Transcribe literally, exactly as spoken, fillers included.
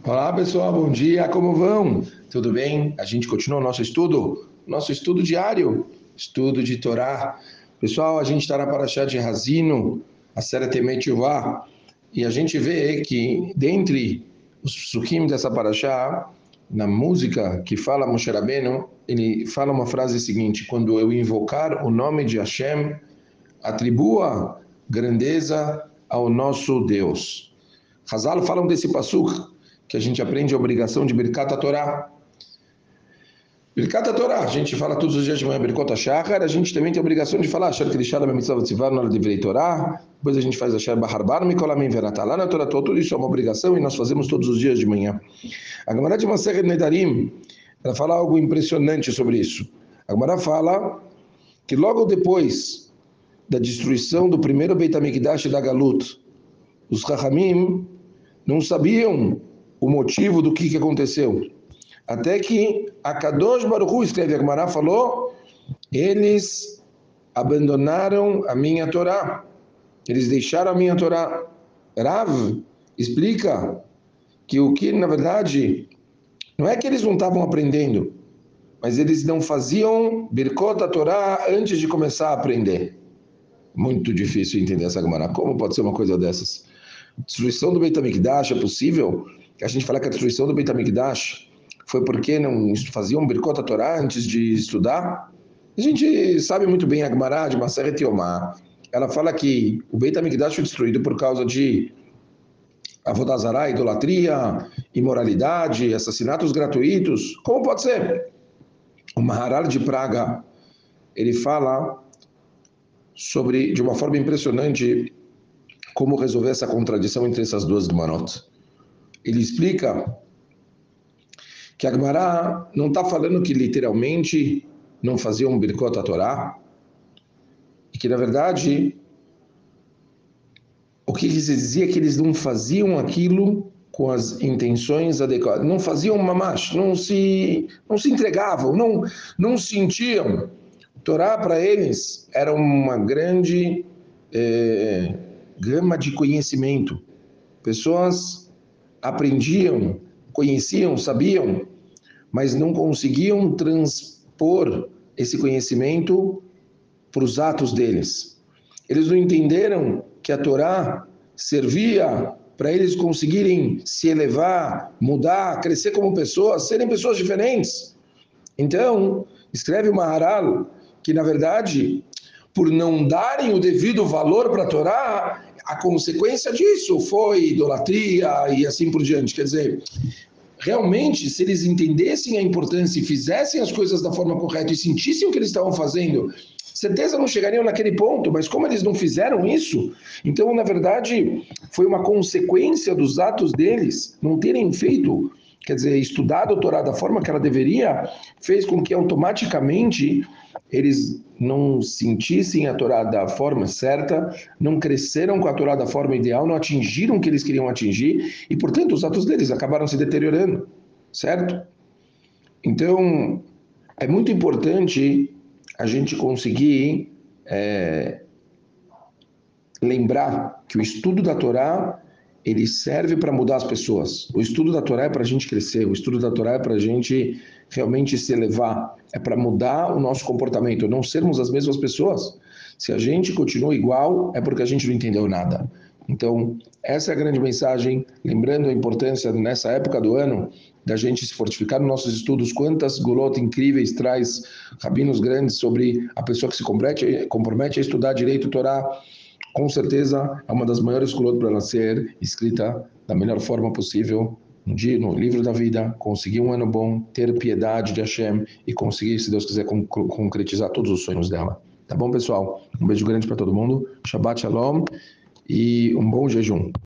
Olá pessoal, bom dia, como vão? Tudo bem? A gente continua o nosso estudo, nosso estudo diário, estudo de Torá. Pessoal, a gente está na Parashá de Hazino, a série Temet Yuvá, e a gente vê que dentre os psukim dessa Parashá, na música que fala Moshe Rabbeinu, ele fala uma frase seguinte: quando eu invocar o nome de Hashem, atribua grandeza ao nosso Deus. Hazal falam desse pasuk que a gente aprende a obrigação de Birkat HaTorah. Birkat HaTorah, a gente fala todos os dias de manhã Birkot HaShachar, a gente também tem a obrigação de falar Asher Krishna B'Mitzvah V'Tzivar na hora de Divrei Torah, depois a gente faz Asher Bahar Bar Mikol Amin Veratah lá na Torah, tudo isso é uma obrigação e nós fazemos todos os dias de manhã. A Gemara de Masechet Nedarim, ela fala algo impressionante sobre isso. A Gemara fala que logo depois da destruição do primeiro Beit HaMikdash da Galut, os Chachamim não sabiam o motivo do que, que aconteceu. Até que a Kadosh Baruch Hu, escreve a Gemara, falou, eles abandonaram a minha Torá. Eles deixaram a minha Torá. Rav explica que o que, na verdade, não é que eles não estavam aprendendo, mas eles não faziam Birkot HaTorah antes de começar a aprender. Muito difícil entender essa Gemara. Como pode ser uma coisa dessas? Destruição do Beit HaMikdash é possível? A gente fala que a destruição do Beit HaMikdash foi porque não faziam Birkot HaTorah antes de estudar? A gente sabe muito bem a Gemara de Masechet Yomá. Ela fala que o Beit HaMikdash foi destruído por causa de Avodah Zarah, idolatria, imoralidade, assassinatos gratuitos. Como pode ser? O Maharal de Praga, ele fala sobre, de uma forma impressionante, como resolver essa contradição entre essas duas Gemarot. Ele explica que a Gemara não está falando que literalmente não faziam Birkot HaTorah, e que na verdade o que se dizia é que eles não faziam aquilo com as intenções adequadas, não faziam mamash, não se, não se entregavam, não, não sentiam. Torá para eles era uma grande é, gama de conhecimento. Pessoas aprendiam, conheciam, sabiam, mas não conseguiam transpor esse conhecimento para os atos deles. Eles não entenderam que a Torá servia para eles conseguirem se elevar, mudar, crescer como pessoas, serem pessoas diferentes. Então, escreve o Maharal que, na verdade, por não darem o devido valor para a Torá, a consequência disso foi idolatria e assim por diante. Quer dizer, realmente, se eles entendessem a importância e fizessem as coisas da forma correta e sentissem o que eles estavam fazendo, certeza não chegariam naquele ponto, mas como eles não fizeram isso, então, na verdade, foi uma consequência dos atos deles não terem feito, quer dizer, estudado a Torá da forma que ela deveria, fez com que automaticamente eles não sentissem a Torá da forma certa, não cresceram com a Torá da forma ideal, não atingiram o que eles queriam atingir e, portanto, os atos deles acabaram se deteriorando, certo? Então, é muito importante a gente conseguir é, lembrar que o estudo da Torá ele serve para mudar as pessoas. O estudo da Torá é para a gente crescer, o estudo da Torá é para a gente realmente se elevar, é para mudar o nosso comportamento, não sermos as mesmas pessoas. Se a gente continua igual, é porque a gente não entendeu nada. Então, essa é a grande mensagem, lembrando a importância nessa época do ano da gente se fortificar nos nossos estudos, quantas gulot incríveis traz rabinos grandes sobre a pessoa que se compromete, compromete a estudar direito Torá. Com certeza é uma das maiores gulot para ela ser escrita da melhor forma possível no, dia, no livro da vida, conseguir um ano bom, ter piedade de Hashem e conseguir, se Deus quiser, concretizar todos os sonhos dela. Tá bom, pessoal? Um beijo grande para todo mundo, Shabbat Shalom e um bom jejum.